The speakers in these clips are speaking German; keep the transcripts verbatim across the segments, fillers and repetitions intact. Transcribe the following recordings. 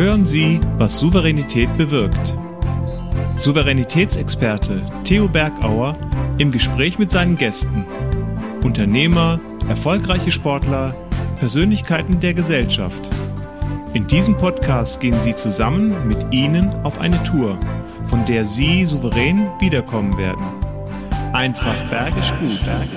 Hören Sie, was Souveränität bewirkt. Souveränitätsexperte Theo Bergauer im Gespräch mit seinen Gästen. Unternehmer, erfolgreiche Sportler, Persönlichkeiten der Gesellschaft. In diesem Podcast gehen Sie zusammen mit Ihnen auf eine Tour, von der Sie souverän wiederkommen werden. Einfach bergisch gut.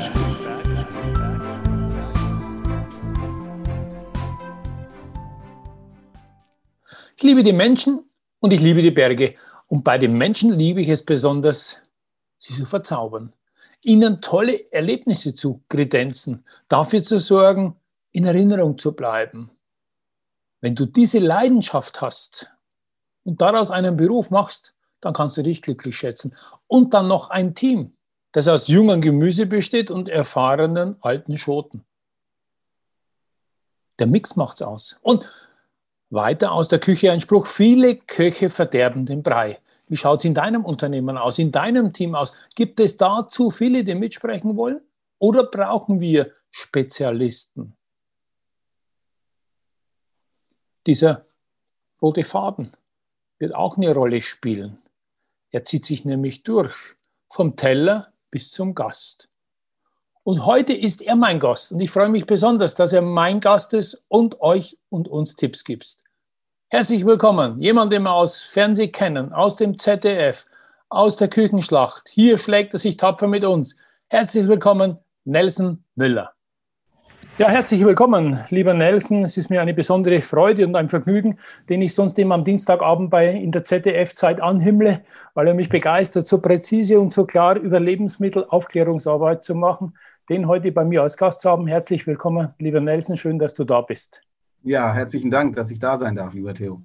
Ich liebe die Menschen und ich liebe die Berge. Und bei den Menschen liebe ich es besonders, sie zu verzaubern, ihnen tolle Erlebnisse zu kredenzen, dafür zu sorgen, in Erinnerung zu bleiben. Wenn du diese Leidenschaft hast und daraus einen Beruf machst, dann kannst du dich glücklich schätzen. Und dann noch ein Team, das aus jungem Gemüse besteht und erfahrenen alten Schoten. Der Mix macht's aus. Und weiter aus der Küche ein Spruch: Viele Köche verderben den Brei. Wie schaut es in deinem Unternehmen aus, in deinem Team aus? Gibt es da zu viele, die mitsprechen wollen? Oder brauchen wir Spezialisten? Dieser rote Faden wird auch eine Rolle spielen. Er zieht sich nämlich durch, vom Teller bis zum Gast. Und heute ist er mein Gast und ich freue mich besonders, dass er mein Gast ist und euch und uns Tipps gibt. Herzlich willkommen, jemand, den wir aus Fernsehen kennen, aus dem Z D F, aus der Küchenschlacht. Hier schlägt er sich tapfer mit uns. Herzlich willkommen, Nelson Müller. Ja, herzlich willkommen, lieber Nelson. Es ist mir eine besondere Freude und ein Vergnügen, den ich sonst immer am Dienstagabend bei, in der Z D F-Zeit anhimmle, weil er mich begeistert, so präzise und so klar über Lebensmittelaufklärungsarbeit zu machen, den heute bei mir als Gast zu haben. Herzlich willkommen, lieber Nelson. Schön, dass du da bist. Ja, herzlichen Dank, dass ich da sein darf, lieber Theo.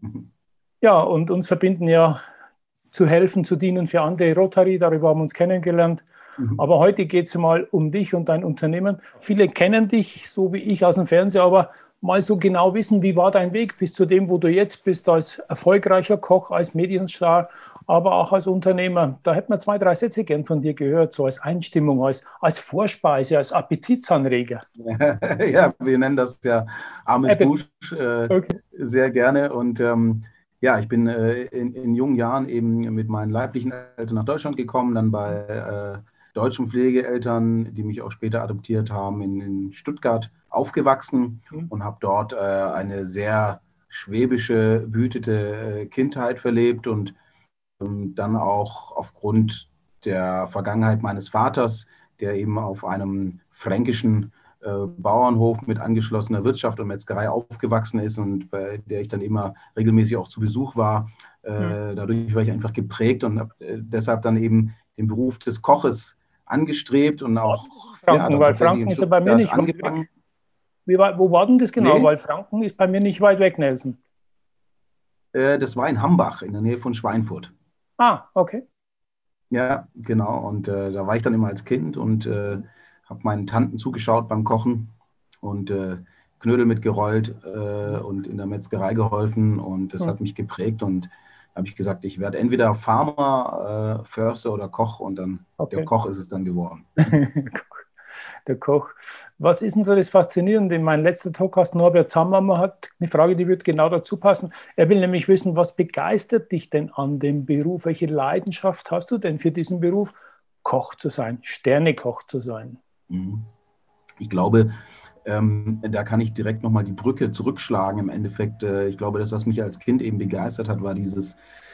Ja, und uns verbinden ja zu helfen, zu dienen für andere Rotary. Darüber haben wir uns kennengelernt. Mhm. Aber heute geht es mal um dich und dein Unternehmen. Viele kennen dich, so wie ich, aus dem Fernsehen, aber mal so genau wissen, wie war dein Weg bis zu dem, wo du jetzt bist, als erfolgreicher Koch, als Medienstar, aber auch als Unternehmer. Da hätten wir zwei, drei Sätze gern von dir gehört, so als Einstimmung, als, als Vorspeise, als Appetitsanreger. Ja, wir nennen das ja armes Busch äh, okay. sehr gerne. Und ähm, ja, ich bin äh, in, in jungen Jahren eben mit meinen leiblichen Eltern nach Deutschland gekommen, dann bei äh, deutschen Pflegeeltern, die mich auch später adoptiert haben, in, in Stuttgart aufgewachsen mhm. und habe dort äh, eine sehr schwäbische, behütete äh, Kindheit verlebt und ähm, dann auch aufgrund der Vergangenheit meines Vaters, der eben auf einem fränkischen äh, Bauernhof mit angeschlossener Wirtschaft und Metzgerei aufgewachsen ist und bei der ich dann immer regelmäßig auch zu Besuch war. Äh, mhm. Dadurch war ich einfach geprägt und habe äh, deshalb dann eben den Beruf des Koches angestrebt und auch Franken, ja, weil Franken ist ja bei mir nicht angefangen. weit weg. Wie war, wo war denn das genau? Nee. Weil Franken ist bei mir nicht weit weg, Nelson. Äh, das war in Hambach, in der Nähe von Schweinfurt. Ah, okay. Ja, genau. Und äh, da war ich dann immer als Kind und äh, habe meinen Tanten zugeschaut beim Kochen und äh, Knödel mitgerollt äh, und in der Metzgerei geholfen. Und das hm. hat mich geprägt und habe ich gesagt, ich werde entweder Farmer, äh, Förster oder Koch und dann okay. der Koch ist es dann geworden. Der Koch. Was ist denn so das Faszinierende? Mein letzter Talkgast Norbert Zammermann hat eine Frage, die wird genau dazu passen. Er will nämlich wissen, was begeistert dich denn an dem Beruf? Welche Leidenschaft hast du denn für diesen Beruf, Koch zu sein, Sternekoch zu sein? Ich glaube, Ähm, da kann ich direkt nochmal die Brücke zurückschlagen. Im Endeffekt, äh, ich glaube, das, was mich als Kind eben begeistert hat, war dieses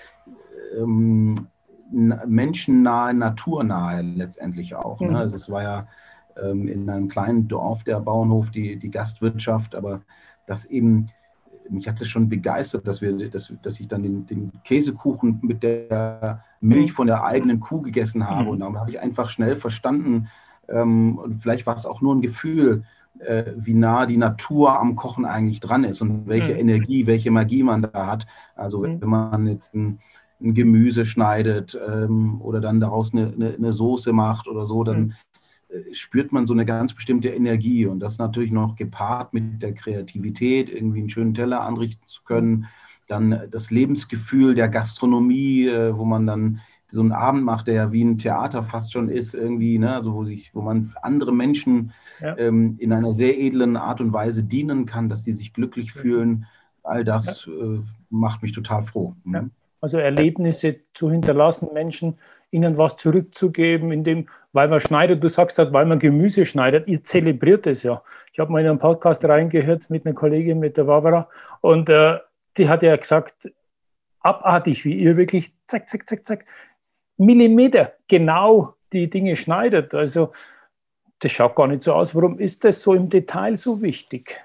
ähm, menschennahe, naturnahe letztendlich auch. Mhm. Ne? Also es war ja ähm, in einem kleinen Dorf der Bauernhof, die, die Gastwirtschaft, aber das eben, mich hat das schon begeistert, dass, wir, dass, dass ich dann den, den Käsekuchen mit der Milch von der eigenen Kuh gegessen habe. Mhm. Und dann habe ich einfach schnell verstanden, ähm, und vielleicht war es auch nur ein Gefühl, wie nah die Natur am Kochen eigentlich dran ist und welche mhm. Energie, welche Magie man da hat. Also wenn man jetzt ein, ein Gemüse schneidet ähm, oder dann daraus eine, eine, eine Soße macht oder so, dann mhm. äh, spürt man so eine ganz bestimmte Energie und das natürlich noch gepaart mit der Kreativität, irgendwie einen schönen Teller anrichten zu können. Dann das Lebensgefühl der Gastronomie, äh, wo man dann so einen Abend macht, der ja wie ein Theater fast schon ist, irgendwie, ne? Also wo, sich, wo man andere Menschen ja. ähm, in einer sehr edlen Art und Weise dienen kann, dass die sich glücklich fühlen. all das äh, macht mich total froh. Mhm. Ja. Also Erlebnisse zu hinterlassen, Menschen ihnen was zurückzugeben, indem, weil man schneidet, du sagst halt, weil man Gemüse schneidet, ihr zelebriert es ja. Ich habe mal in einen Podcast reingehört mit einer Kollegin, mit der Barbara, und äh, die hat ja gesagt, abartig, wie ihr wirklich zack, zack, zack, zack, Millimeter genau die Dinge schneidet. Also das schaut gar nicht so aus. Warum ist das so im Detail so wichtig?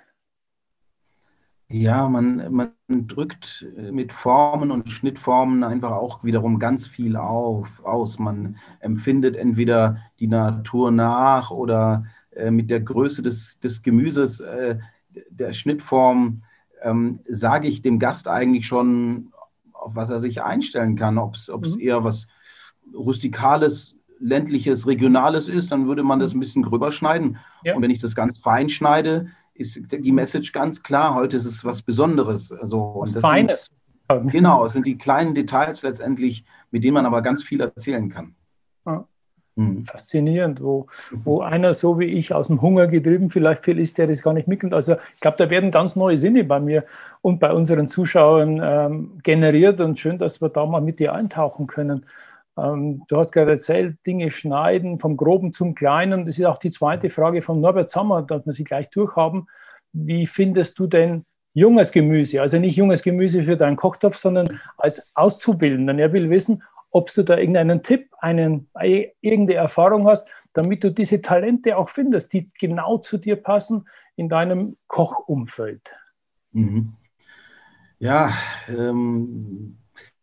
Ja, man, man drückt mit Formen und Schnittformen einfach auch wiederum ganz viel auf, aus. Man empfindet entweder die Natur nach oder äh, mit der Größe des, des Gemüses, äh, der Schnittform, ähm, sage ich dem Gast eigentlich schon, auf was er sich einstellen kann. Ob es mhm. eher was Rustikales, ländliches, regionales ist, dann würde man das ein bisschen gröber schneiden. Ja. Und wenn ich das ganz fein schneide, ist die Message ganz klar, heute ist es was Besonderes. Also, und das Feines. Sind, genau, es sind die kleinen Details letztendlich, mit denen man aber ganz viel erzählen kann. Ja. Hm. Faszinierend, wo, wo einer so wie ich aus dem Hunger getrieben vielleicht viel ist, der das gar nicht mitkriegt. Also ich glaube, da werden ganz neue Sinne bei mir und bei unseren Zuschauern ähm, generiert, und schön, dass wir da mal mit dir eintauchen können. Ähm, du hast gerade erzählt, Dinge schneiden, vom Groben zum Kleinen. Das ist auch die zweite Frage von Norbert Sammer, dass wir sie gleich durchhaben. Wie findest du denn junges Gemüse? Also nicht junges Gemüse für deinen Kochtopf, sondern als Auszubildenden. Er will wissen, ob du da irgendeinen Tipp, einen, irgendeine Erfahrung hast, damit du diese Talente auch findest, die genau zu dir passen in deinem Kochumfeld. Mhm. Ja, ähm,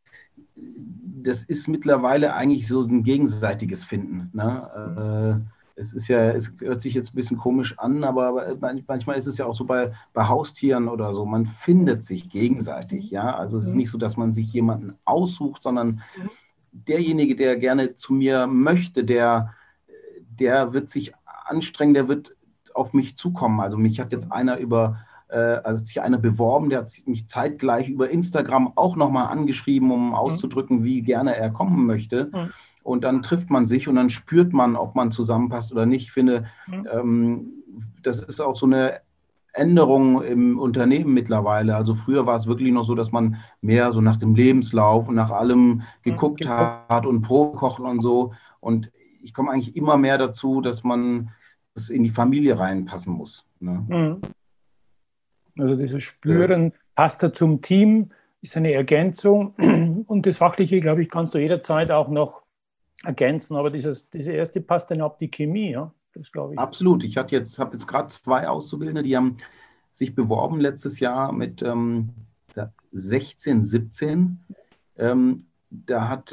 das ist mittlerweile eigentlich so ein gegenseitiges Finden. Ne? Äh, es ist ja, es hört sich jetzt ein bisschen komisch an, aber manchmal ist es ja auch so bei, bei Haustieren oder so, man findet sich gegenseitig. Ja? Also es ist nicht so, dass man sich jemanden aussucht, sondern derjenige, der gerne zu mir möchte, der, der wird sich anstrengen, der wird auf mich zukommen. Also mich hat jetzt einer über, äh, also sich einer beworben, der hat mich zeitgleich über Instagram auch nochmal angeschrieben, um auszudrücken, wie gerne er kommen möchte. Mhm. Und dann trifft man sich und dann spürt man, ob man zusammenpasst oder nicht. Ich finde, mhm. ähm, das ist auch so eine Änderung im Unternehmen mittlerweile. Also früher war es wirklich noch so, dass man mehr so nach dem Lebenslauf und nach allem geguckt ja, hat und Probekochen und so. Und ich komme eigentlich immer mehr dazu, dass man das in die Familie reinpassen muss. Ne? Also dieses Spüren, ja. Passt er zum Team, ist eine Ergänzung. Und das Fachliche, glaube ich, kannst du jederzeit auch noch ergänzen. Aber dieses, diese erste passt dann ab die Chemie, ja? Das glaube ich. Absolut. Ich hatte jetzt, habe jetzt gerade zwei Auszubildende, die haben sich beworben letztes Jahr mit ähm, sechzehn, siebzehn. Ähm, da hat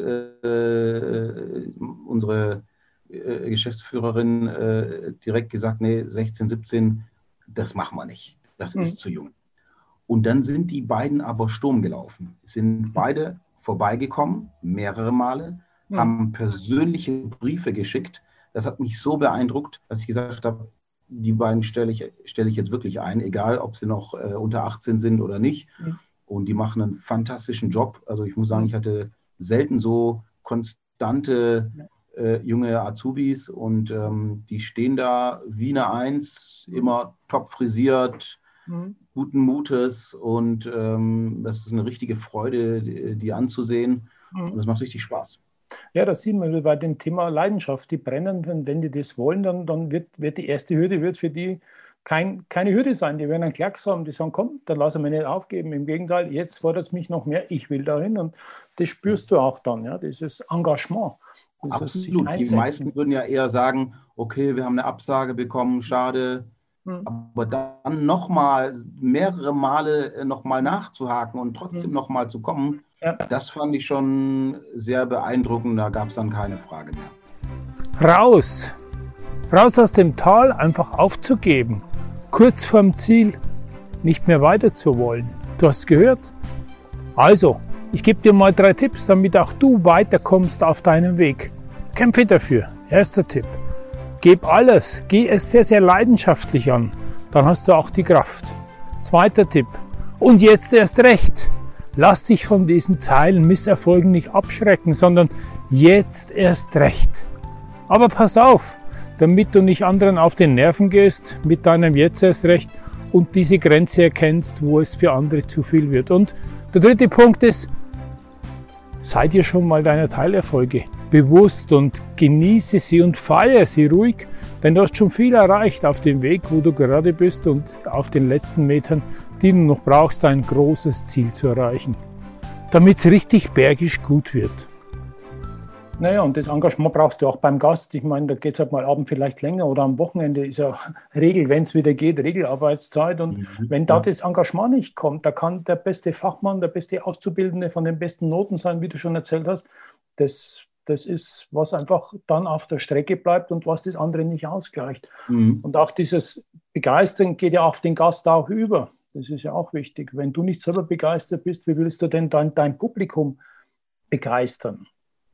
äh, unsere äh, Geschäftsführerin äh, direkt gesagt, nee, sechzehn, siebzehn, das machen wir nicht. Das mhm. ist zu jung. Und dann sind die beiden aber Sturm gelaufen. Sind beide vorbeigekommen, mehrere Male, mhm. haben persönliche Briefe geschickt. Das hat mich so beeindruckt, dass ich gesagt habe, die beiden stelle ich, stelle ich jetzt wirklich ein, egal ob sie noch äh, unter achtzehn sind oder nicht. Mhm. Und die machen einen fantastischen Job. Also ich muss sagen, ich hatte selten so konstante äh, junge Azubis und ähm, die stehen da wie eine Eins, immer top frisiert, mhm. guten Mutes, und ähm, das ist eine richtige Freude, die, die anzusehen, mhm. und das macht richtig Spaß. Ja, das sieht man bei dem Thema Leidenschaft. Die brennen, wenn, wenn die das wollen, dann, dann wird, wird die erste Hürde wird für die kein, keine Hürde sein. Die werden einen Klacks haben, die sagen, komm, dann lassen wir nicht aufgeben. Im Gegenteil, jetzt fordert es mich noch mehr, ich will dahin. Und das spürst du auch dann, ja, dieses Engagement. Dieses Absolut. Die meisten würden ja eher sagen, okay, wir haben eine Absage bekommen, schade. Hm. Aber dann nochmal, mehrere Male nochmal nachzuhaken und trotzdem hm. nochmal zu kommen, ja. Das fand ich schon sehr beeindruckend. Da gab es dann keine Frage mehr. Raus! Raus aus dem Tal, einfach aufzugeben. Kurz vorm Ziel, nicht mehr weiter zu wollen. Du hast gehört? Also, ich gebe dir mal drei Tipps, damit auch du weiterkommst auf deinem Weg. Kämpfe dafür. Erster Tipp. Gib alles. Geh es sehr, sehr leidenschaftlich an. Dann hast du auch die Kraft. Zweiter Tipp. Und jetzt erst recht. Lass dich von diesen Teilen Misserfolgen nicht abschrecken, sondern jetzt erst recht. Aber pass auf, damit du nicht anderen auf den Nerven gehst mit deinem jetzt erst recht, und diese Grenze erkennst, wo es für andere zu viel wird. Und der dritte Punkt ist, sei dir schon mal deiner Teilerfolge bewusst und genieße sie und feiere sie ruhig, denn du hast schon viel erreicht auf dem Weg, wo du gerade bist und auf den letzten Metern, die du noch brauchst, ein großes Ziel zu erreichen, damit es richtig bergisch gut wird. Naja, und das Engagement brauchst du auch beim Gast. Ich meine, da geht es halt mal abend vielleicht länger oder am Wochenende ist ja Regel, wenn es wieder geht, Regelarbeitszeit. Und mhm. wenn da das Engagement nicht kommt, da kann der beste Fachmann, der beste Auszubildende von den besten Noten sein, wie du schon erzählt hast. Das, das ist, was einfach dann auf der Strecke bleibt und was das andere nicht ausgleicht. Mhm. Und auch dieses Begeistern geht ja auf den Gast auch über. Das ist ja auch wichtig. Wenn du nicht selber begeistert bist, wie willst du denn dein, dein Publikum begeistern?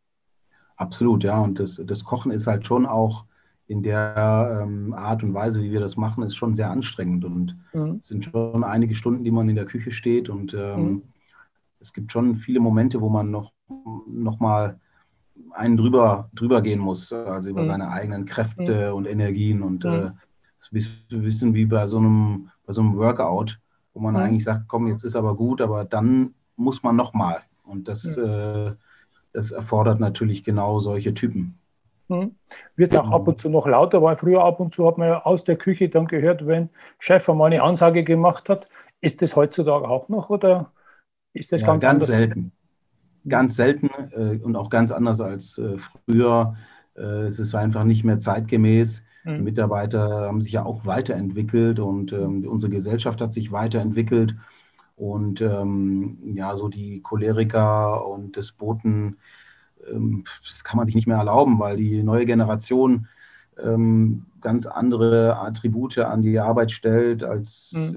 Absolut, ja. Und das, das Kochen ist halt schon auch in der ähm, Art und Weise, wie wir das machen, ist schon sehr anstrengend. Und mhm. es sind schon einige Stunden, die man in der Küche steht. Und ähm, mhm. es gibt schon viele Momente, wo man noch, noch mal einen drüber, drüber gehen muss, also über mhm. seine eigenen Kräfte mhm. und Energien. Und mhm. äh, es ist ein bisschen wie bei so einem, bei so einem Workout, wo man mhm. eigentlich sagt, komm, jetzt ist aber gut, aber dann muss man noch mal. Und das mhm. äh, Das erfordert natürlich genau solche Typen. Hm. Wird es auch ab und zu noch lauter, weil früher ab und zu hat man ja aus der Küche dann gehört, wenn Chef einmal eine Ansage gemacht hat. Ist das heutzutage auch noch oder ist das ja, ganz, ganz anders? selten. Ganz selten äh, und auch ganz anders als äh, früher. Äh, es ist einfach nicht mehr zeitgemäß. Hm. Die Mitarbeiter haben sich ja auch weiterentwickelt und ähm, unsere Gesellschaft hat sich weiterentwickelt. Und ähm, ja, so die Choleriker und Despoten, ähm, das kann man sich nicht mehr erlauben, weil die neue Generation ähm, ganz andere Attribute an die Arbeit stellt, als mhm.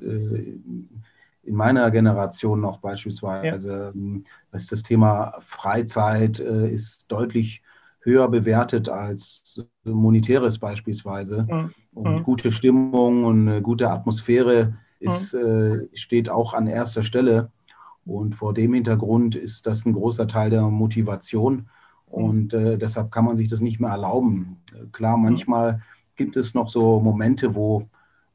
äh, in meiner Generation noch beispielsweise. Ja. Das, das Thema Freizeit äh, ist deutlich höher bewertet als Monetäres beispielsweise. Mhm. Und mhm. gute Stimmung und eine gute Atmosphäre Ist, äh, steht auch an erster Stelle. Und vor dem Hintergrund ist das ein großer Teil der Motivation. Und äh, deshalb kann man sich das nicht mehr erlauben. Klar, manchmal gibt es noch so Momente, wo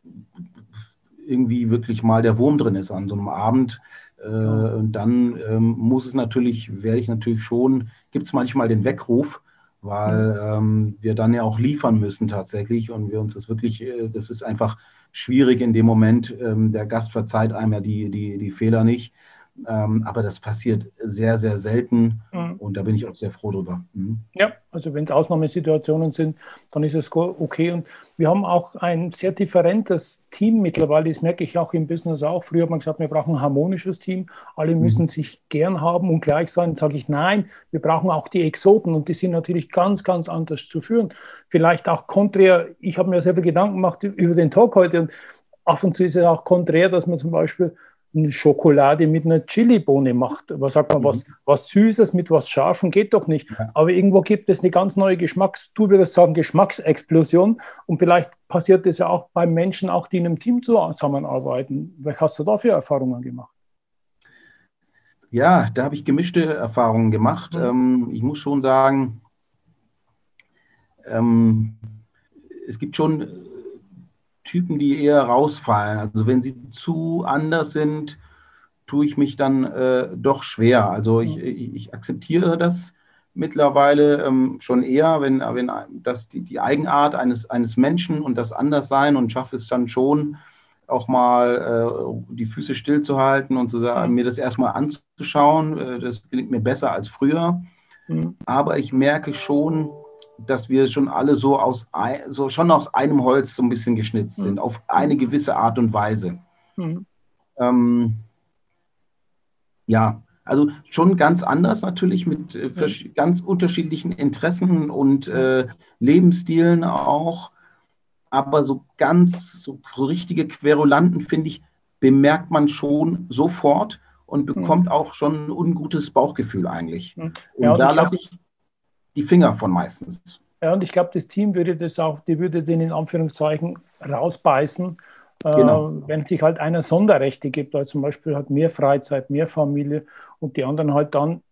irgendwie wirklich mal der Wurm drin ist an so einem Abend. Äh, und dann ähm, muss es natürlich, werde ich natürlich schon, gibt es manchmal den Weckruf, weil ähm, wir dann ja auch liefern müssen tatsächlich. Und wir uns das wirklich, äh, das ist einfach schwierig in dem Moment. Ähm, der Gast verzeiht einem ja die, die, die Fehler nicht. Ähm, aber das passiert sehr, sehr selten. Mhm. Und da bin ich auch sehr froh drüber. Mhm. Ja, also wenn es Ausnahmesituationen sind, dann ist es okay. Und wir haben auch ein sehr differentes Team mittlerweile. Das merke ich auch im Business auch. Früher hat man gesagt, wir brauchen ein harmonisches Team. Alle müssen mhm. sich gern haben und gleich sein. Dann sage ich, nein, wir brauchen auch die Exoten. Und die sind natürlich ganz, ganz anders zu führen. Vielleicht auch konträr. Ich habe mir selber Gedanken gemacht über den Talk heute. Und ab und zu ist es auch konträr, dass man zum Beispiel eine Schokolade mit einer Chilibohne macht. Was sagt man, mhm. was, was Süßes mit was Scharfem geht doch nicht. Ja. Aber irgendwo gibt es eine ganz neue Geschmacks-, du würdest sagen, Geschmacksexplosion. Und vielleicht passiert das ja auch bei Menschen, auch die in einem Team zusammenarbeiten. Was hast du da für Erfahrungen gemacht? Ja, da habe ich gemischte Erfahrungen gemacht. Mhm. Ähm, ich muss schon sagen, ähm, es gibt schon Typen, die eher rausfallen. Also wenn sie zu anders sind, tue ich mich dann äh, doch schwer. Also ich, ich, ich akzeptiere das mittlerweile ähm, schon eher, wenn, wenn das die, die Eigenart eines, eines Menschen und das Anderssein und schaffe es dann schon, auch mal äh, die Füße stillzuhalten und zu sagen, mir das erstmal anzuschauen. Äh, das gelingt mir besser als früher. Mhm. Aber ich merke schon, dass wir schon alle so, aus, so schon aus einem Holz so ein bisschen geschnitzt sind, mhm. auf eine gewisse Art und Weise. Mhm. Ähm, ja, also schon ganz anders natürlich mit äh, mhm. ganz unterschiedlichen Interessen und äh, Lebensstilen auch. Aber so ganz, so richtige Querulanten, finde ich, bemerkt man schon sofort und bekommt mhm. auch schon ein ungutes Bauchgefühl eigentlich. Mhm. Ja, und, und da lasse ich die Finger von meistens. Ja, und ich glaube, das Team würde das auch, die würde den in Anführungszeichen rausbeißen, genau. äh, wenn sich halt einer Sonderrechte gibt, weil zum Beispiel hat mehr Freizeit, mehr Familie und die anderen halt dann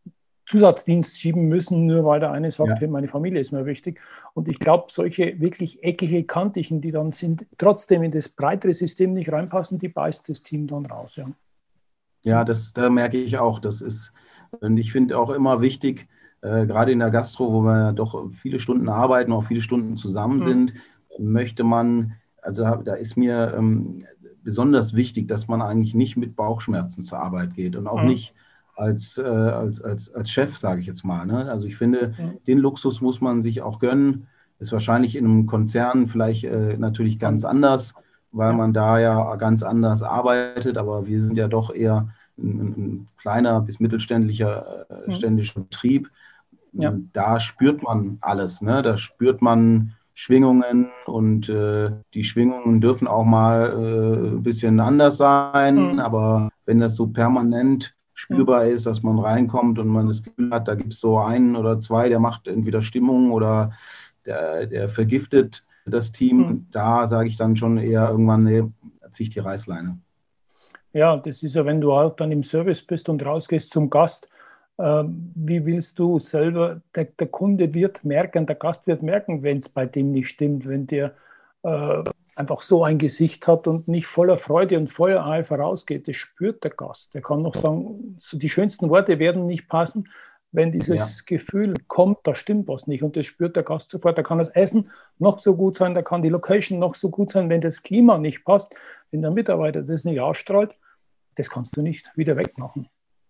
Zusatzdienst schieben müssen, nur weil der eine sagt, Ja. hey, meine Familie ist mir wichtig. Und ich glaube, solche wirklich eckige Kantigen, die dann sind, trotzdem in das breitere System nicht reinpassen, die beißt das Team dann raus. Ja, Ja, das, da merke ich auch, das ist, und ich finde auch immer wichtig, äh, gerade in der Gastro, wo wir ja doch viele Stunden arbeiten, auch viele Stunden zusammen sind, mhm. möchte man, also da, da ist mir ähm, besonders wichtig, dass man eigentlich nicht mit Bauchschmerzen zur Arbeit geht und auch mhm. nicht als, äh, als, als, als Chef, sage ich jetzt mal. Ne? Also ich finde, mhm. den Luxus muss man sich auch gönnen. Ist wahrscheinlich in einem Konzern vielleicht äh, natürlich ganz mhm. anders, weil ja. man da ja ganz anders arbeitet, aber wir sind ja doch eher ein, ein kleiner bis mittelständischer äh, ständischer Betrieb. Ja. Da spürt man alles, ne? Da spürt man Schwingungen und äh, die Schwingungen dürfen auch mal äh, ein bisschen anders sein, mhm. aber wenn das so permanent spürbar mhm. ist, dass man reinkommt und man das Gefühl hat, da gibt es so einen oder zwei, der macht entweder Stimmung oder der, der vergiftet das Team, mhm. da sage ich dann schon eher irgendwann, nee, ziehe ich die Reißleine. Ja, das ist ja, wenn du auch dann im Service bist und rausgehst zum Gast, äh, wie willst du selber, der, der Kunde wird merken, der Gast wird merken, wenn es bei dem nicht stimmt, wenn der äh, einfach so ein Gesicht hat und nicht voller Freude und Feuereifer rausgeht, das spürt der Gast. Der kann noch sagen, so die schönsten Worte werden nicht passen, wenn dieses ja. Gefühl kommt, da stimmt was nicht und das spürt der Gast sofort. Da kann das Essen noch so gut sein, da kann die Location noch so gut sein, wenn das Klima nicht passt, wenn der Mitarbeiter das nicht ausstrahlt, das kannst du nicht wieder wegmachen.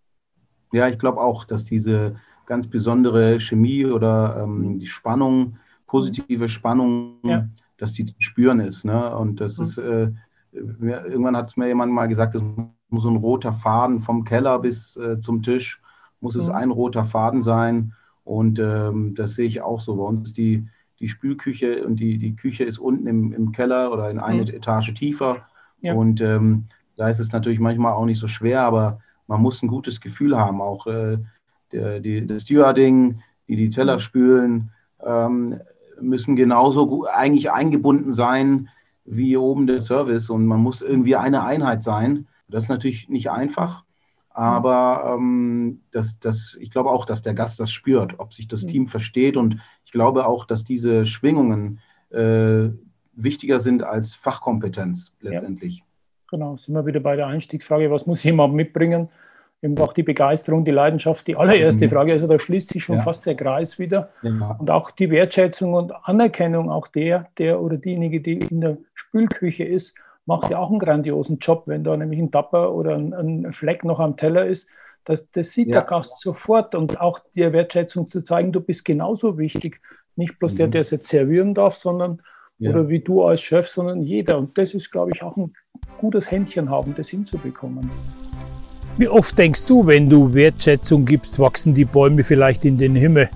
Ja, ich glaube auch, dass diese ganz besondere Chemie oder ähm, die Spannung, positive Spannung, ja. dass die zu spüren ist. Ne? Und das mhm. ist, äh, irgendwann hat es mir jemand mal gesagt, es muss so ein roter Faden vom Keller bis äh, zum Tisch, muss mhm. es ein roter Faden sein. Und ähm, das sehe ich auch so. Bei uns ist die, die Spülküche und die, die Küche ist unten im, im Keller oder in eine mhm. Etage tiefer. Ja. Und ähm, da ist es natürlich manchmal auch nicht so schwer, aber man muss ein gutes Gefühl haben. Auch äh, der, die, das Stewarding, die die Teller spülen, ähm, müssen genauso gut, eigentlich eingebunden sein wie oben der Service. Und man muss irgendwie eine Einheit sein. Das ist natürlich nicht einfach, aber ähm, das, das, ich glaube auch, dass der Gast das spürt, ob sich das Team versteht. Und ich glaube auch, dass diese Schwingungen äh, wichtiger sind als Fachkompetenz letztendlich. Ja. Genau, sind wir wieder bei der Einstiegsfrage, was muss jemand mitbringen? Eben auch die Begeisterung, die Leidenschaft, die allererste mhm. Frage, also da schließt sich schon ja. fast der Kreis wieder. Ja. Und auch die Wertschätzung und Anerkennung, auch der, der oder diejenige, die in der Spülküche ist, macht ja auch einen grandiosen Job, wenn da nämlich ein Tapper oder ein, ein Fleck noch am Teller ist. Das, das sieht ja. der Gast sofort und auch die Wertschätzung zu zeigen, du bist genauso wichtig. Nicht bloß mhm. der, der es jetzt servieren darf, sondern ja. oder wie du als Chef, sondern jeder. Und das ist, glaube ich, auch ein gutes Händchen haben, das hinzubekommen. Wie oft denkst du, wenn du Wertschätzung gibst, wachsen die Bäume vielleicht in den Himmel?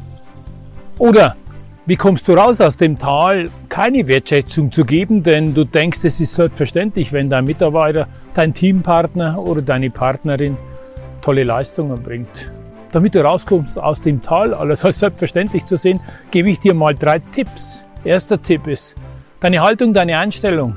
Oder wie kommst du raus aus dem Tal, keine Wertschätzung zu geben, denn du denkst, es ist selbstverständlich, wenn dein Mitarbeiter, dein Teampartner oder deine Partnerin tolle Leistungen bringt. Damit du rauskommst aus dem Tal, alles als selbstverständlich zu sehen, gebe ich dir mal drei Tipps. Erster Tipp ist deine Haltung, deine Einstellung.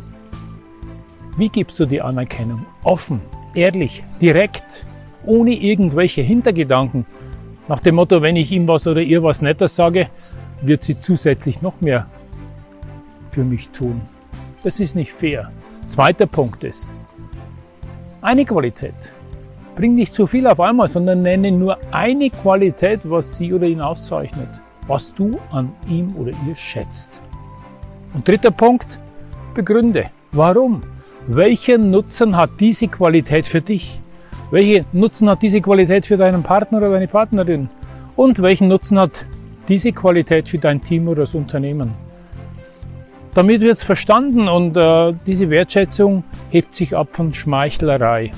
Wie gibst du die Anerkennung? Offen, ehrlich, direkt, ohne irgendwelche Hintergedanken. Nach dem Motto, wenn ich ihm was oder ihr was Nettes sage, wird sie zusätzlich noch mehr für mich tun. Das ist nicht fair. Zweiter Punkt ist eine Qualität. Bring nicht zu viel auf einmal, sondern nenne nur eine Qualität, was sie oder ihn auszeichnet, was du an ihm oder ihr schätzt. Und dritter Punkt, begründe. Warum? Welchen Nutzen hat diese Qualität für dich? Welchen Nutzen hat diese Qualität für deinen Partner oder deine Partnerin? Und welchen Nutzen hat diese Qualität für dein Team oder das Unternehmen? Damit wird es verstanden und äh, diese Wertschätzung hebt sich ab von Schmeichlerei.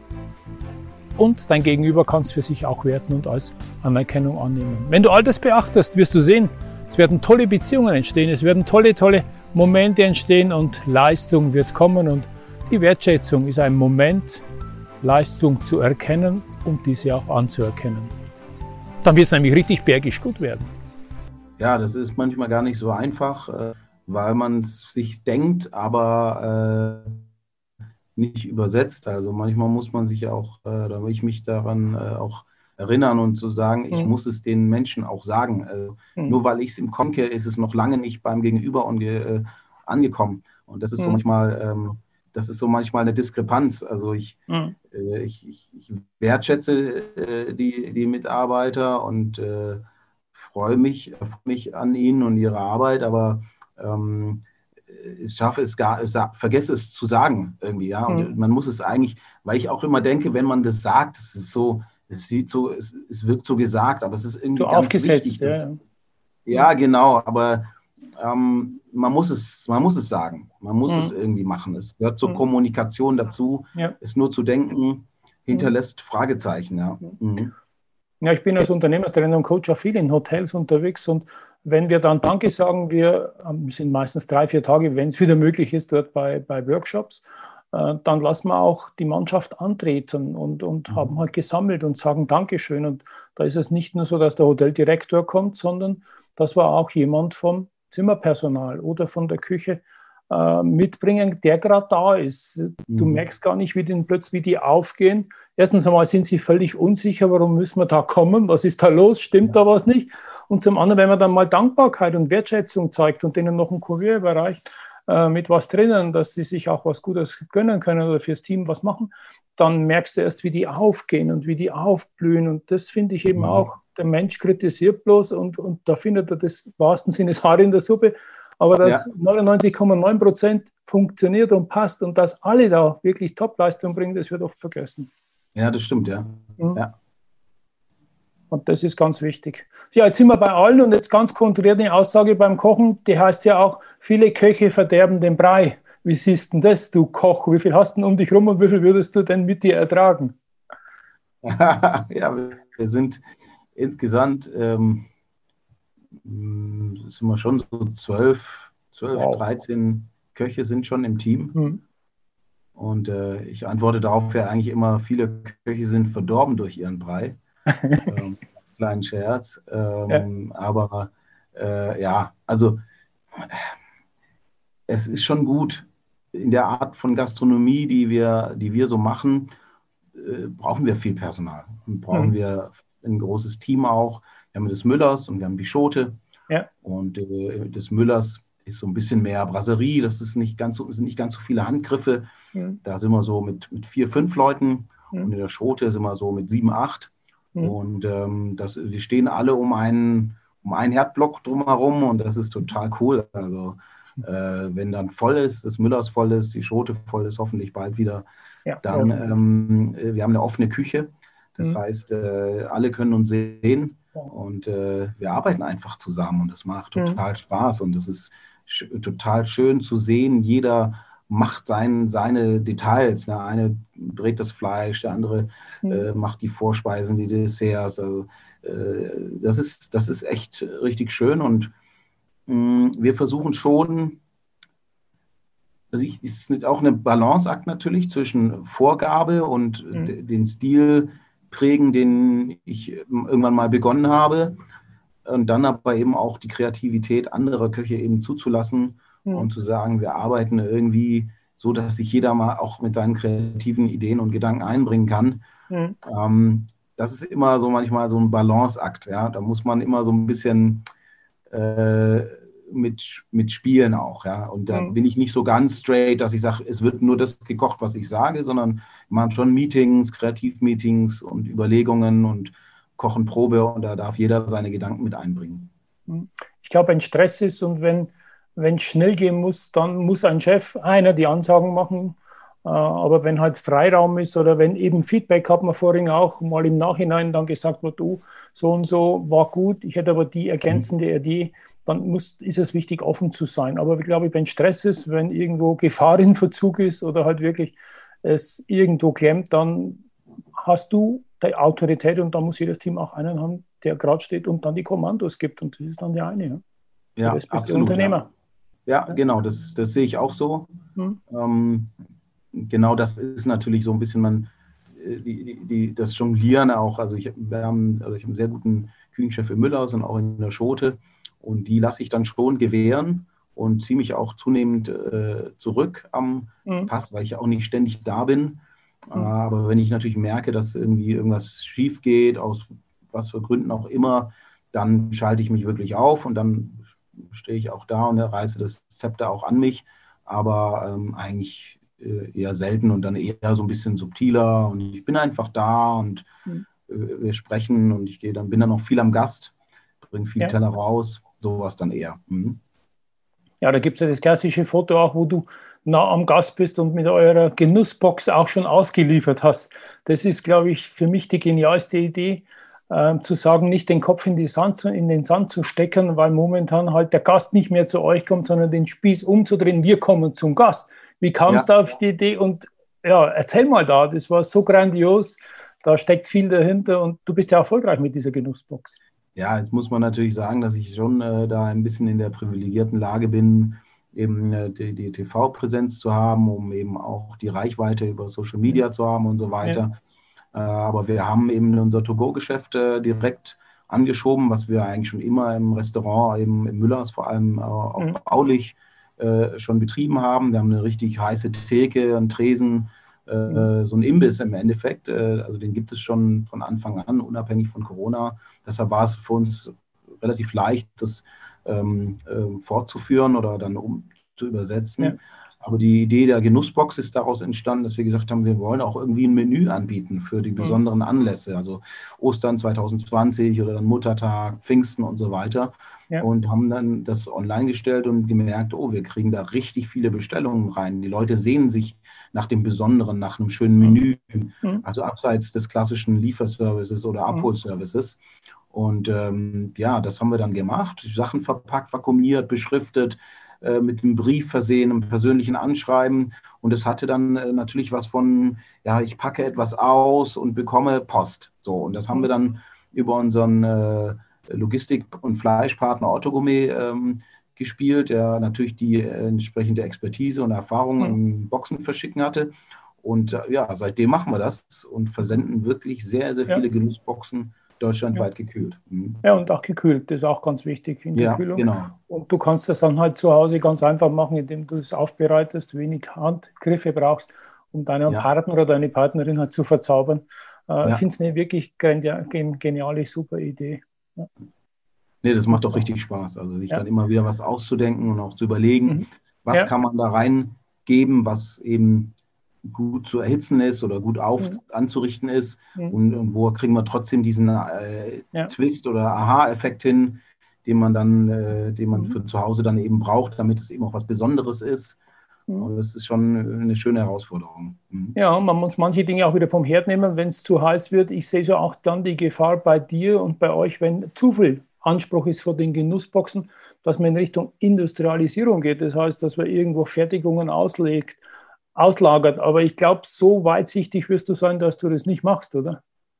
Und dein Gegenüber kann es für sich auch werten und als Anerkennung annehmen. Wenn du all das beachtest, wirst du sehen, es werden tolle Beziehungen entstehen, es werden tolle, tolle Momente entstehen und Leistung wird kommen. Und die Wertschätzung ist ein Moment, Leistung zu erkennen und diese auch anzuerkennen. Dann wird es nämlich richtig bergisch gut werden. Ja, das ist manchmal gar nicht so einfach, weil man es sich denkt, aber äh, nicht übersetzt. Also manchmal muss man sich auch, äh, da will ich mich daran äh, auch erinnern und zu sagen, ich Mhm. muss es den Menschen auch sagen. Also, Mhm. nur weil ich es im Kopf kenne, ist es noch lange nicht beim Gegenüber unge, äh, angekommen. Und das ist so Mhm. manchmal, ähm, das ist so manchmal eine Diskrepanz. Also ich, Mhm. äh, ich, ich, ich wertschätze äh, die, die Mitarbeiter und äh, freue mich, freue mich an ihnen und ihre Arbeit, aber ähm, ich schaffe es gar, sa- vergesse es zu sagen irgendwie, ja. Und Mhm. man muss es eigentlich, weil ich auch immer denke, wenn man das sagt, es ist so, es sieht so, es, es wirkt so gesagt, aber es ist So irgendwie ganz wichtig. aufgesetzt, ja. Dass, Ja. ja, genau, aber ähm, man muss es, man muss es sagen, man muss es Mhm. irgendwie machen. Es gehört zur Mhm. Kommunikation dazu. Ja. Es nur zu denken, Mhm. hinterlässt Fragezeichen, ja. Mhm. Ja, ich bin als Unternehmenstrainer und Coach auch viel in Hotels unterwegs und wenn wir dann Danke sagen, wir ähm, sind meistens drei, vier Tage, wenn es wieder möglich ist, dort bei, bei Workshops, äh, dann lassen wir auch die Mannschaft antreten und, und haben halt gesammelt und sagen Dankeschön. Und da ist es nicht nur so, dass der Hoteldirektor kommt, sondern das war auch jemand vom Zimmerpersonal oder von der Küche äh, mitbringen, der gerade da ist. Du Mhm. merkst gar nicht, wie, den, plötzlich, wie die aufgehen. Erstens einmal sind sie völlig unsicher, warum müssen wir da kommen, was ist da los, stimmt da was nicht? Und zum anderen, wenn man dann mal Dankbarkeit und Wertschätzung zeigt und denen noch ein Kuvert überreicht, äh, mit was drinnen, dass sie sich auch was Gutes gönnen können oder fürs Team was machen, dann merkst du erst, wie die aufgehen und wie die aufblühen. Und das finde ich eben Mhm. auch, der Mensch kritisiert bloß und, und da findet er das im wahrsten Sinne das Haar in der Suppe. Aber dass Ja. neunundneunzig Komma neun Prozent funktioniert und passt und dass alle da wirklich Topleistung bringen, das wird oft vergessen. Ja, das stimmt, ja. Mhm. Ja. Und das ist ganz wichtig. Ja, jetzt sind wir bei allen und jetzt ganz konkret eine Aussage beim Kochen, die heißt ja auch, viele Köche verderben den Brei. Wie siehst du denn das, du Koch? Wie viel hast du denn um dich rum und wie viel würdest du denn mit dir ertragen? Ja, wir sind insgesamt, ähm, sind wir schon so zwölf, zwölf, Wow. dreizehn Köche sind schon im Team. Mhm. Und äh, ich antworte darauf ja eigentlich immer, viele Köche sind verdorben durch ihren Brei. ähm, als kleinen Scherz. Ähm, ja. Aber äh, ja, also es ist schon gut. In der Art von Gastronomie, die wir, die wir so machen, äh, brauchen wir viel Personal. Und brauchen Mhm. wir ein großes Team auch. Wir haben das Müllers und wir haben die Schote. Ja. Und äh, das Müllers ist so ein bisschen mehr Brasserie. Das ist nicht ganz so, sind nicht ganz so viele Handgriffe. Mhm. Da sind wir so mit, mit vier, fünf Leuten. Mhm. Und in der Schote sind wir so mit sieben, acht. Mhm. Und ähm, das, wir stehen alle um einen, um einen Herdblock drumherum und das ist total cool. Also äh, wenn dann voll ist, das Müllers voll ist, die Schote voll ist, hoffentlich bald wieder, Ja, dann, ähm, wir haben eine offene Küche. Das Mhm. heißt, äh, alle können uns sehen und äh, wir arbeiten einfach zusammen und das macht total mhm. Spaß und es ist sch- total schön zu sehen, jeder macht sein, seine Details. Der eine brät das Fleisch, der andere mhm. äh, macht die Vorspeisen, die Desserts. Also, äh, das ist, das ist echt richtig schön und mh, wir versuchen schon, also ich, es ist auch ein Balanceakt natürlich zwischen Vorgabe und mhm. de, den Stil prägen, den ich irgendwann mal begonnen habe und dann aber eben auch die Kreativität anderer Köche eben zuzulassen mhm. und zu sagen, wir arbeiten irgendwie so, dass sich jeder mal auch mit seinen kreativen Ideen und Gedanken einbringen kann. Mhm. Ähm, das ist immer so manchmal so ein Balanceakt. Ja? Da muss man immer so ein bisschen äh, mit, mit spielen auch. Ja? Und da mhm. bin ich nicht so ganz straight, dass ich sage, es wird nur das gekocht, was ich sage, sondern wir machen schon Meetings, Kreativmeetings und Überlegungen und kochen Probe und da darf jeder seine Gedanken mit einbringen. Ich glaube, wenn Stress ist und wenn wenn es schnell gehen muss, dann muss ein Chef, einer die Ansagen machen. Aber wenn halt Freiraum ist oder wenn eben Feedback, hat man vorhin auch mal im Nachhinein dann gesagt, wird, du, so und so war gut, ich hätte aber die ergänzende Idee, dann muss, ist es wichtig, offen zu sein. Aber ich glaube, wenn Stress ist, wenn irgendwo Gefahr in Verzug ist oder halt wirklich es irgendwo klemmt, dann hast du die Autorität und da muss jedes Team auch einen haben, der gerade steht und dann die Kommandos gibt. Und das ist dann der eine. Ja, ja das bist absolut, der Unternehmer. Ja. Ja, genau, das, das sehe ich auch so. Hm. Ähm, genau das ist natürlich so ein bisschen man, die, die, die, das Jonglieren auch. Also ich, wir haben, also ich habe einen sehr guten Küchenchef in Müllers und auch in der Schote und die lasse ich dann schon gewähren und ziehe mich auch zunehmend äh, zurück am hm. Pass, weil ich auch nicht ständig da bin. Mhm. Aber wenn ich natürlich merke, dass irgendwie irgendwas schief geht, aus was für Gründen auch immer, dann schalte ich mich wirklich auf und dann stehe ich auch da und reiße das Zepter auch an mich. Aber ähm, eigentlich äh, eher selten und dann eher so ein bisschen subtiler. Und ich bin einfach da und mhm. äh, wir sprechen und ich gehe dann, bin dann noch viel am Gast, bringe viele ja. Teller raus, sowas dann eher. Mhm. Ja, da gibt es ja das klassische Foto auch, wo du nah am Gast bist und mit eurer Genussbox auch schon ausgeliefert hast. Das ist, glaube ich, für mich die genialste Idee, äh, zu sagen, nicht den Kopf in, die Sand zu, in den Sand zu stecken, weil momentan halt der Gast nicht mehr zu euch kommt, sondern den Spieß umzudrehen. Wir kommen zum Gast. Wie kam es ja. da auf die Idee? Und ja, erzähl mal da, das war so grandios. Da steckt viel dahinter und du bist ja erfolgreich mit dieser Genussbox. Ja, jetzt muss man natürlich sagen, dass ich schon äh, da ein bisschen in der privilegierten Lage bin, eben äh, die, die T V-Präsenz zu haben, um eben auch die Reichweite über Social Media zu haben und so weiter. Ja. Äh, aber wir haben eben unser To-Go-Geschäft äh, direkt angeschoben, was wir eigentlich schon immer im Restaurant, eben im Müllers vor allem äh, auch mhm. baulich äh, schon betrieben haben. Wir haben eine richtig heiße Theke, einen Tresen, äh, so ein Imbiss im Endeffekt. Äh, also den gibt es schon von Anfang an, unabhängig von Corona. Deshalb war es für uns relativ leicht, das ähm, äh, fortzuführen oder dann um zu übersetzen. Ja. Aber die Idee der Genussbox ist daraus entstanden, dass wir gesagt haben, wir wollen auch irgendwie ein Menü anbieten für die besonderen Anlässe, also Ostern zwanzig zwanzig oder dann Muttertag, Pfingsten und so weiter. Ja. Und haben dann das online gestellt und gemerkt, oh, wir kriegen da richtig viele Bestellungen rein. Die Leute sehnen sich nach dem Besonderen, nach einem schönen Menü, mhm. also abseits des klassischen Lieferservices oder Abholservices. Und ähm, ja, das haben wir dann gemacht, Sachen verpackt, vakuumiert, beschriftet, äh, mit einem Brief versehen, einem persönlichen Anschreiben. Und es hatte dann äh, natürlich was von, ja, ich packe etwas aus und bekomme Post. So, und das haben wir dann über unseren äh, Logistik- und Fleischpartner Otto Gourmet ähm, gespielt, der natürlich die äh, entsprechende Expertise und Erfahrung mhm. im Boxen verschicken hatte. Und äh, ja, seitdem machen wir das und versenden wirklich sehr, sehr viele ja. Genussboxen deutschlandweit ja. gekühlt. Mhm. Ja, und auch gekühlt, das ist auch ganz wichtig in der ja, Kühlung. Genau. Und du kannst das dann halt zu Hause ganz einfach machen, indem du es aufbereitest, wenig Handgriffe brauchst, um deinen ja. Partner oder deine Partnerin halt zu verzaubern. Äh, ja. Ich finde es eine wirklich geniale, super Idee. Ja. Nee, das macht doch richtig Spaß. Also sich ja. dann immer wieder was auszudenken und auch zu überlegen, mhm. was ja. kann man da reingeben, was eben gut zu erhitzen ist oder gut auf mhm. anzurichten ist mhm. und, und wo kriegen wir trotzdem diesen äh, ja. Twist oder Aha-Effekt hin, den man dann, äh, den man mhm. für zu Hause dann eben braucht, damit es eben auch was Besonderes ist. Mhm. Und das ist schon eine schöne Herausforderung. Mhm. Ja, man muss manche Dinge auch wieder vom Herd nehmen, wenn es zu heiß wird. Ich sehe so auch dann die Gefahr bei dir und bei euch, wenn zu viel Anspruch ist vor den Genussboxen, dass man in Richtung Industrialisierung geht. Das heißt, dass man irgendwo Fertigungen auslegt, auslagert. Aber ich glaube, so weitsichtig wirst du sein, dass du das nicht machst, oder?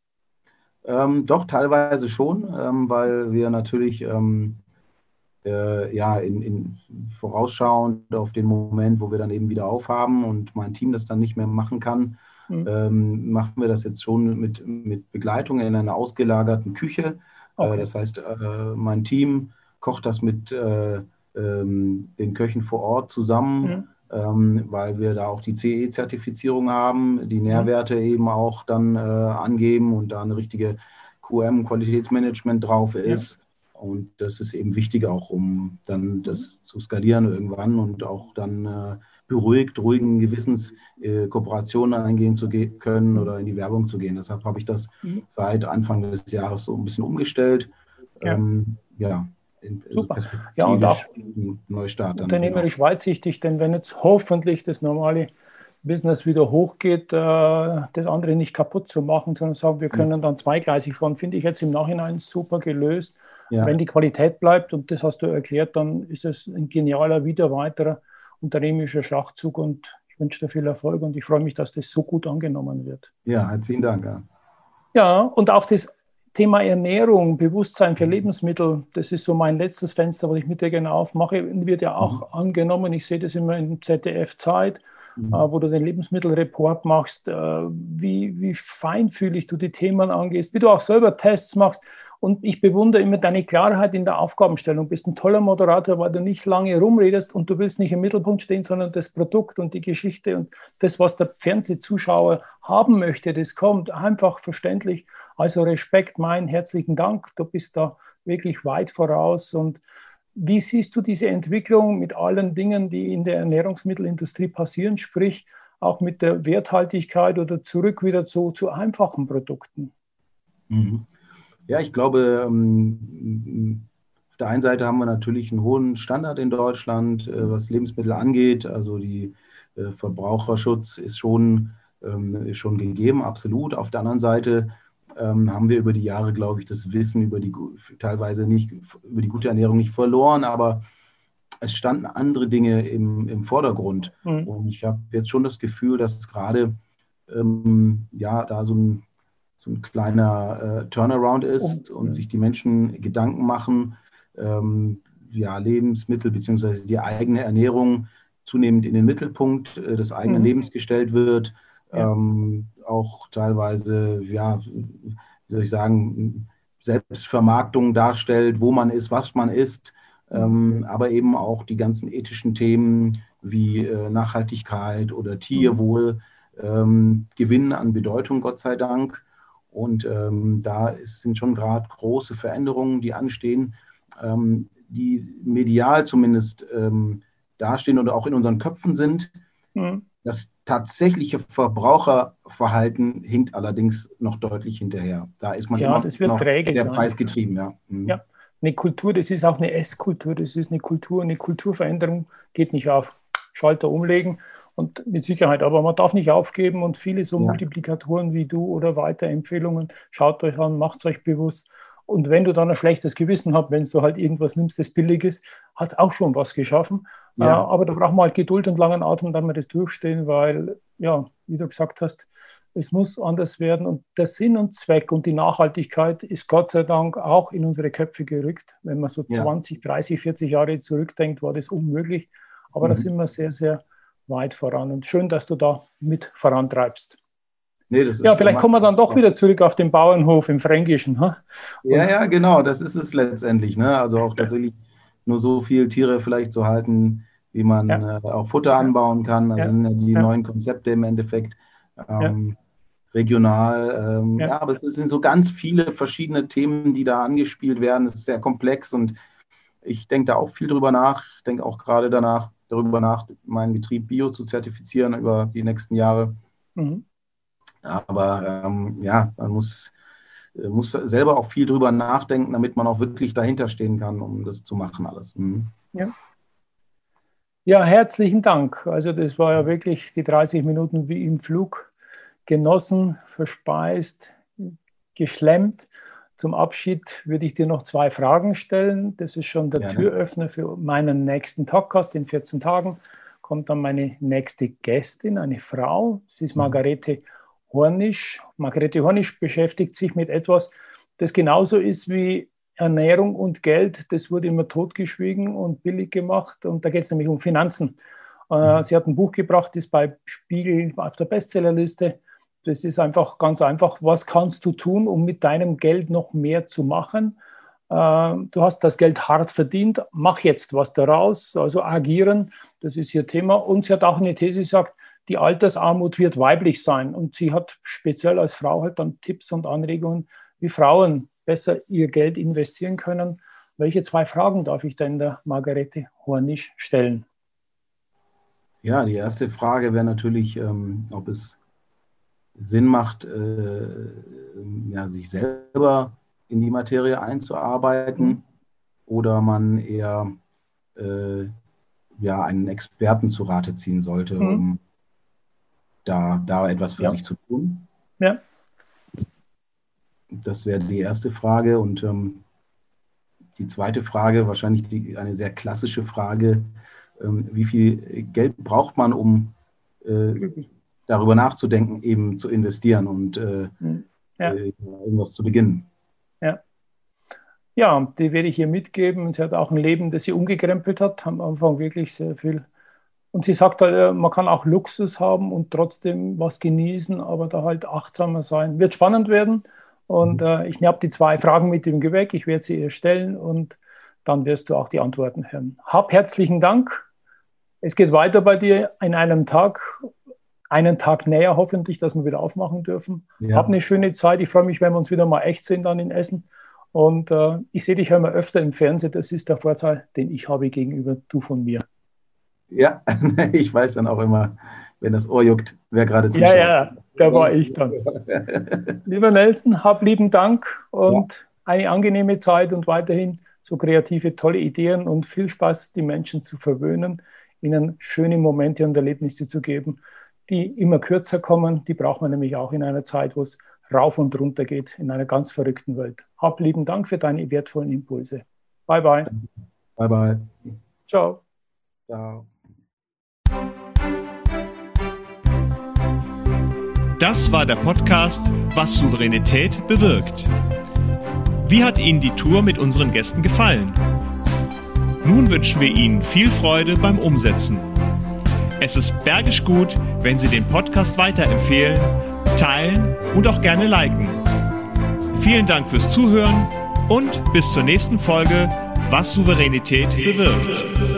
Ähm, doch, teilweise schon, ähm, weil wir natürlich ähm, äh, ja, in, in vorausschauend auf den Moment, wo wir dann eben wieder aufhaben und mein Team das dann nicht mehr machen kann, mhm. ähm, machen wir das jetzt schon mit, mit Begleitung in einer ausgelagerten Küche. Okay. Äh, das heißt, äh, mein Team kocht das mit äh, ähm, den Köchen vor Ort zusammen, mhm. ähm, weil wir da auch die C E-Zertifizierung haben, die Nährwerte mhm. eben auch dann äh, angeben und da eine richtige Q M-Qualitätsmanagement drauf ist. Ja. Und das ist eben wichtig auch, um dann das mhm. zu skalieren irgendwann und auch dann äh, beruhigt, ruhigen Gewissens äh, Kooperationen eingehen zu ge- können oder in die Werbung zu gehen. Deshalb habe ich das mhm. seit Anfang des Jahres so ein bisschen umgestellt. Ja, ähm, ja in, super. Ja, und auch Neustart dann, unternehmerisch genau. weitsichtig, denn wenn jetzt hoffentlich das normale Business wieder hochgeht, äh, das andere nicht kaputt zu machen, sondern sagen, wir können dann zweigleisig fahren, finde ich jetzt im Nachhinein super gelöst. Ja. Wenn die Qualität bleibt, und das hast du erklärt, dann ist es ein genialer, wieder weiterer unternehmerischer Schachzug und ich wünsche dir viel Erfolg und ich freue mich, dass das so gut angenommen wird. Ja, herzlichen Dank. Ja, ja und auch das Thema Ernährung, Bewusstsein für Lebensmittel, das ist so mein letztes Fenster, was ich mit dir gerne aufmache, wird ja auch mhm. angenommen. Ich sehe das immer in Z D F-Zeit, mhm. äh, wo du den Lebensmittelreport machst, äh, wie, wie feinfühlig du die Themen angehst, wie du auch selber Tests machst. Und ich bewundere immer deine Klarheit in der Aufgabenstellung. Du bist ein toller Moderator, weil du nicht lange rumredest und du willst nicht im Mittelpunkt stehen, sondern das Produkt und die Geschichte und das, was der Fernsehzuschauer haben möchte, das kommt einfach verständlich. Also Respekt, mein herzlichen Dank. Du bist da wirklich weit voraus. Und wie siehst du diese Entwicklung mit allen Dingen, die in der Ernährungsmittelindustrie passieren, sprich auch mit der Werthaltigkeit oder zurück wieder zu, zu einfachen Produkten? Mhm. Ja, ich glaube, auf der einen Seite haben wir natürlich einen hohen Standard in Deutschland, was Lebensmittel angeht. Also die Verbraucherschutz ist schon, ist schon gegeben, absolut. Auf der anderen Seite haben wir über die Jahre, glaube ich, das Wissen über die teilweise nicht über die gute Ernährung nicht verloren, aber es standen andere Dinge im, im Vordergrund. Mhm. Und ich habe jetzt schon das Gefühl, dass gerade ähm, ja da so ein so ein kleiner äh, Turnaround ist und sich die Menschen Gedanken machen, ähm, ja, Lebensmittel bzw. die eigene Ernährung zunehmend in den Mittelpunkt äh, des eigenen mhm. Lebens gestellt wird. Ja. Ähm, auch teilweise, ja, wie soll ich sagen, Selbstvermarktung darstellt, wo man ist, was man isst, mhm. ähm, aber eben auch die ganzen ethischen Themen wie äh, Nachhaltigkeit oder Tierwohl mhm. ähm, gewinnen an Bedeutung, Gott sei Dank. Und ähm, da ist, sind schon gerade große Veränderungen, die anstehen, ähm, die medial zumindest ähm, dastehen oder auch in unseren Köpfen sind. Mhm. Das tatsächliche Verbraucherverhalten hinkt allerdings noch deutlich hinterher. Da ist man ja, immer das wird noch träge sehr sein. preisgetrieben. Ja. Mhm. Ja, eine Kultur, das ist auch eine Esskultur, das ist eine Kultur, eine Kulturveränderung geht nicht auf. Schalter umlegen. Und mit Sicherheit, aber man darf nicht aufgeben und viele so ja. Multiplikatoren wie du oder Weiterempfehlungen, schaut euch an, macht es euch bewusst. Und wenn du dann ein schlechtes Gewissen hast, wenn du halt irgendwas nimmst, das billig ist, hat es auch schon was geschaffen. Ja. Äh, aber da braucht man halt Geduld und langen Atem, damit wir das durchstehen, weil, ja, wie du gesagt hast, es muss anders werden. Und der Sinn und Zweck und die Nachhaltigkeit ist Gott sei Dank auch in unsere Köpfe gerückt. Wenn man so ja. zwanzig, dreißig, vierzig Jahre zurückdenkt, war das unmöglich. Aber mhm. da sind wir sehr, sehr weit voran. Und schön, dass du da mit vorantreibst. Nee, das ist ja, vielleicht kommen wir dann doch wieder zurück auf den Bauernhof im Fränkischen. Ha? Ja, ja, genau, das ist es letztendlich. Ne? Also auch tatsächlich nur so viele Tiere vielleicht zu halten, wie man ja. äh, auch Futter anbauen kann. Also ja. sind ja die ja. neuen Konzepte im Endeffekt ähm, ja. regional. Ähm, ja. ja, aber es sind so ganz viele verschiedene Themen, die da angespielt werden. Es ist sehr komplex und ich denke da auch viel drüber nach. Ich denke auch gerade danach, darüber nach, meinen Betrieb Bio zu zertifizieren über die nächsten Jahre. Mhm. Aber ähm, ja, man muss, muss selber auch viel drüber nachdenken, damit man auch wirklich dahinter stehen kann, um das zu machen alles. Mhm. Ja. ja, herzlichen Dank. Also das war ja wirklich die dreißig Minuten wie im Flug genossen, verspeist, geschlemmt. Zum Abschied würde ich dir noch zwei Fragen stellen. Das ist schon der ja, Türöffner für meinen nächsten Talkcast. In vierzehn Tagen kommt dann meine nächste Gästin, eine Frau. Sie ist Margarete Hornisch. Margarete Hornisch beschäftigt sich mit etwas, das genauso ist wie Ernährung und Geld. Das wurde immer totgeschwiegen und billig gemacht. Und da geht es nämlich um Finanzen. Mhm. Sie hat ein Buch gebracht, ist bei Spiegel auf der Bestsellerliste. Das ist einfach ganz einfach. Was kannst du tun, um mit deinem Geld noch mehr zu machen? Du hast das Geld hart verdient, mach jetzt was daraus, also agieren, das ist ihr Thema. Und sie hat auch eine These, sie sagt, die Altersarmut wird weiblich sein. Und sie hat speziell als Frau halt dann Tipps und Anregungen, wie Frauen besser ihr Geld investieren können. Welche zwei Fragen darf ich denn der Margarete Hornisch stellen? Ja, die erste Frage wäre natürlich, ähm, ob es Sinn macht, äh, ja, sich selber in die Materie einzuarbeiten mhm. oder man eher äh, ja, einen Experten zu Rate ziehen sollte, mhm. um da, da etwas für ja. sich zu tun. Ja. Das wäre die erste Frage. Und ähm, die zweite Frage, wahrscheinlich die, eine sehr klassische Frage, ähm, wie viel Geld braucht man, um äh, darüber nachzudenken, eben zu investieren und äh, ja. äh, irgendwas zu beginnen. Ja. ja, die werde ich ihr mitgeben. Sie hat auch ein Leben, das sie umgekrempelt hat, am Anfang wirklich sehr viel Und sie sagt halt, man kann auch Luxus haben und trotzdem was genießen, aber da halt achtsamer sein. Wird spannend werden. Und äh, ich habe die zwei Fragen mit dem Gepäck. Ich werde sie ihr stellen und dann wirst du auch die Antworten hören. Hab herzlichen Dank. Es geht weiter bei dir in einem Tag, einen Tag näher hoffentlich, dass wir wieder aufmachen dürfen. Ja. Hab eine schöne Zeit. Ich freue mich, wenn wir uns wieder mal echt sehen dann in Essen. Und äh, ich sehe dich ja immer öfter im Fernsehen. Das ist der Vorteil, den ich habe gegenüber du von mir. Ja, ich weiß dann auch immer, wenn das Ohr juckt, wer gerade zuschaut. Ja, ja, da war ich dann. Lieber Nelson, hab lieben Dank und ja. eine angenehme Zeit und weiterhin so kreative, tolle Ideen und viel Spaß, die Menschen zu verwöhnen, ihnen schöne Momente und Erlebnisse zu geben, die immer kürzer kommen. Die braucht man nämlich auch in einer Zeit, wo es rauf und runter geht, in einer ganz verrückten Welt. Hab lieben Dank für deine wertvollen Impulse. Bye, bye. Bye, bye. Ciao. Ciao. Das war der Podcast Was Souveränität bewirkt. Wie hat Ihnen die Tour mit unseren Gästen gefallen? Nun wünschen wir Ihnen viel Freude beim Umsetzen. Es ist bergisch gut, wenn Sie den Podcast weiterempfehlen, teilen und auch gerne liken. Vielen Dank fürs Zuhören und bis zur nächsten Folge Was Souveränität bewirkt.